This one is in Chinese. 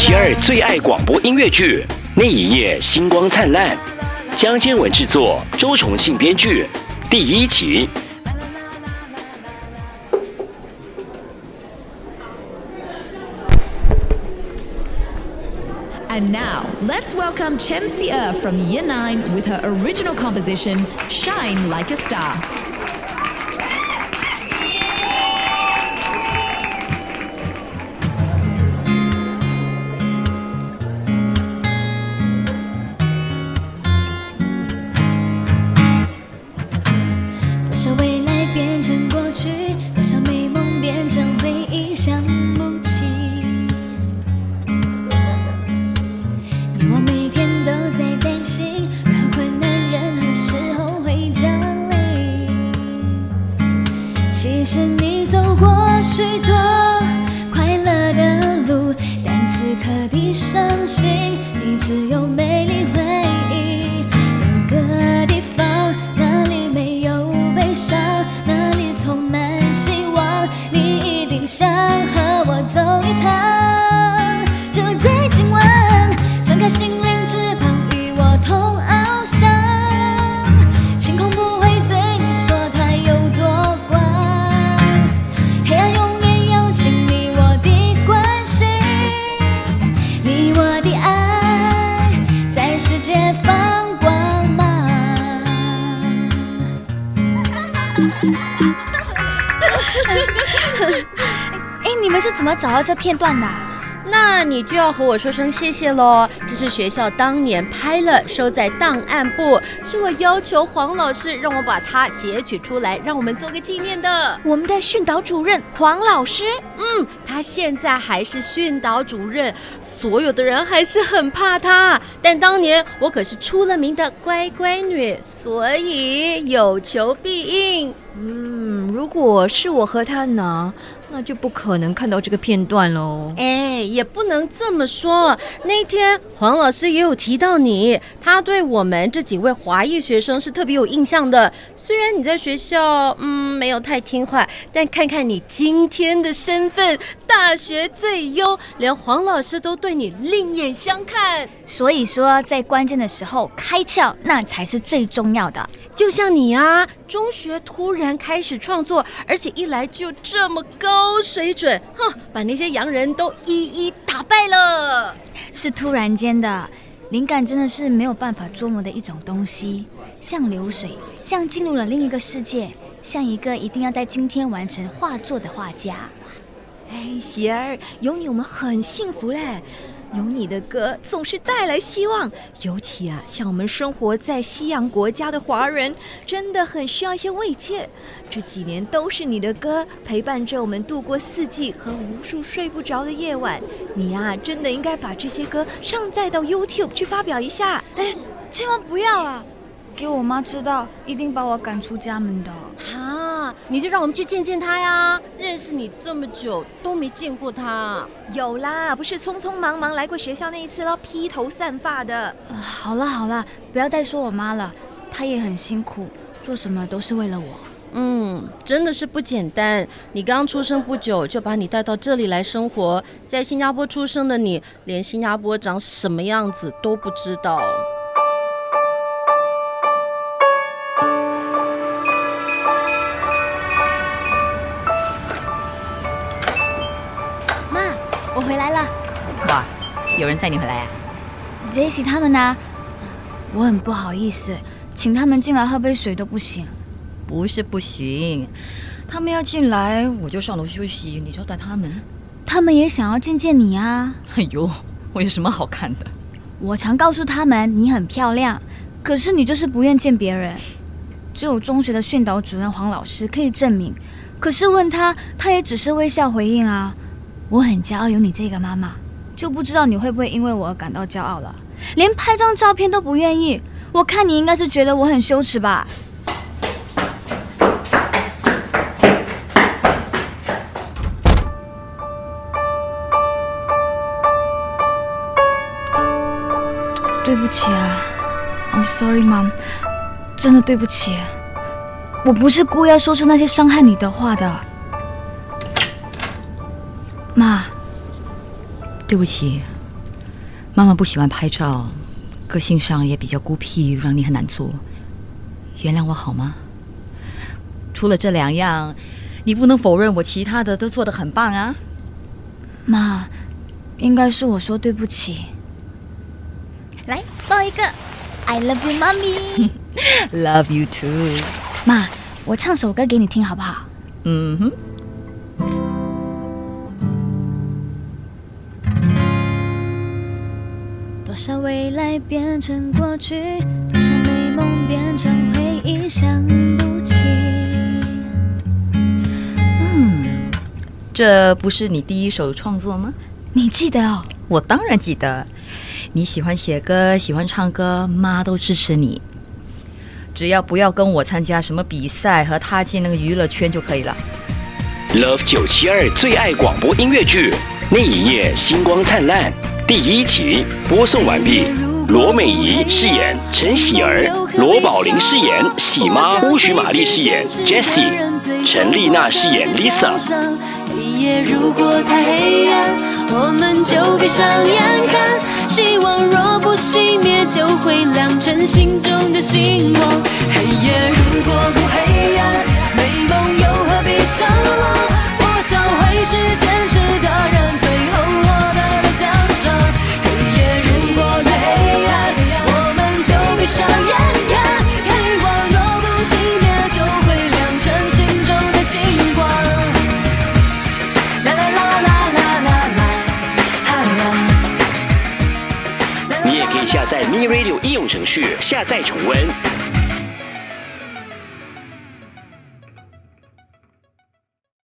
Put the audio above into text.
喜儿最爱广播音乐剧，那一夜星光灿烂，江坚文制作，周重庆编剧，第1集。 And now, let's welcome Chen Xie from Year 9 with her original composition, Shine Like a Star. 你们是怎么找到这片段的那你就要和我说声谢谢咯。这是学校当年拍了，收在档案部，是我要求黄老师让我把它截取出来，让我们做个纪念的。 我们的训导主任黄老师， 他现在还是训导主任，所有的人还是很怕他。但当年我可是出了名的乖乖女，所以有求必应。 如果是我和他拿，那就不可能看到这个片段喽。 也不能这么说。那天黄老师也有提到你，他对我们这几位华裔学生是特别有印象的。虽然你在学校没有太听话，但看看你今天的身份，大学最优，连黄老师都对你另眼相看。 所以说在关键的时候开窍，那才是最重要的。 就像你啊，中学突然开始创作，而且一来就这么高水准，把那些洋人都一一打败了。 是突然间的，灵感真的是没有办法捉摸的一种东西，像流水，像进入了另一个世界，像一个一定要在今天完成画作的画家。 喜儿，有你我们很幸福嘞。有你的歌总是带来希望，尤其像我们生活在西洋国家的华人，真的很需要一些慰藉。这几年都是你的歌陪伴着我们度过4季和无数睡不着的夜晚。你真的应该把这些歌上载到 YouTube 去发表一下。 千万不要啊！给我妈知道，一定把我赶出家门的。 你就让我们去见见她呀！认识你这么久都没见过她。 有啦，不是匆匆忙忙来过学校那一次咯，披头散发的。 好啦，不要再说我妈了，她也很辛苦，做什么都是为了我。 真的是不简单。你刚出生不久就把你带到这里来生活，在新加坡出生的你，连新加坡长什么样子都不知道。 我回来了。 哇，有人载你回来啊？ Jessie 他们呢？我很不好意思，请他们进来喝杯水都不行。 不是不行，他们要进来我就上楼休息，你招待他们。 他们也想要见见你啊。 哎呦，我有什么好看的？ 我常告诉他们你很漂亮，可是你就是不愿见别人。只有中学的训导主任黄老师可以证明，可是问他，他也只是微笑回应啊。我很骄傲有你这个妈妈，就不知道你会不会因为我而感到骄傲了，连拍张照片都不愿意。我看你应该是觉得我很羞耻吧。对不起啊 ，I'm sorry, Mom， 真的对不起，我不是故意要说出那些伤害你的话的。妈， 对不起， 妈妈不喜欢拍照，个性上也比较孤僻，让你很难做。原谅我好吗？除了这2样，你不能否认我其他的都做得很棒啊。 妈，应该是我说对不起。来，抱一个 I love you, 妈咪。 Love you too。 妈，我唱首歌给你听好不好？ 嗯哼。 多少未来变成过去，多少美梦变成回忆，想不起。 这不是你第一首创作吗？ 你记得哦？ 我当然记得。你喜欢写歌，喜欢唱歌，妈都支持你。只要不要跟我参加什么比赛和踏进那个娱乐圈就可以了。 Love 972最爱广播音乐剧《那一夜星光灿烂》第1集播送完毕。罗美仪饰演陈喜儿，罗宝玲饰演喜妈，乌许玛丽饰演 Jessie， 陈丽娜饰演 Lisa。 黑夜如果太黑暗，我们就闭上眼看，希望若不熄灭，就会亮成心中的星光。黑夜如果不黑暗，美梦又何必伤亡？我想会是坚持的人，最后获得的奖赏。黑夜如果太黑暗，我们就闭上眼看，希望若不熄灭，就会亮成心中的星光。 你也可以下载 Me Radio 应用程序下载重温。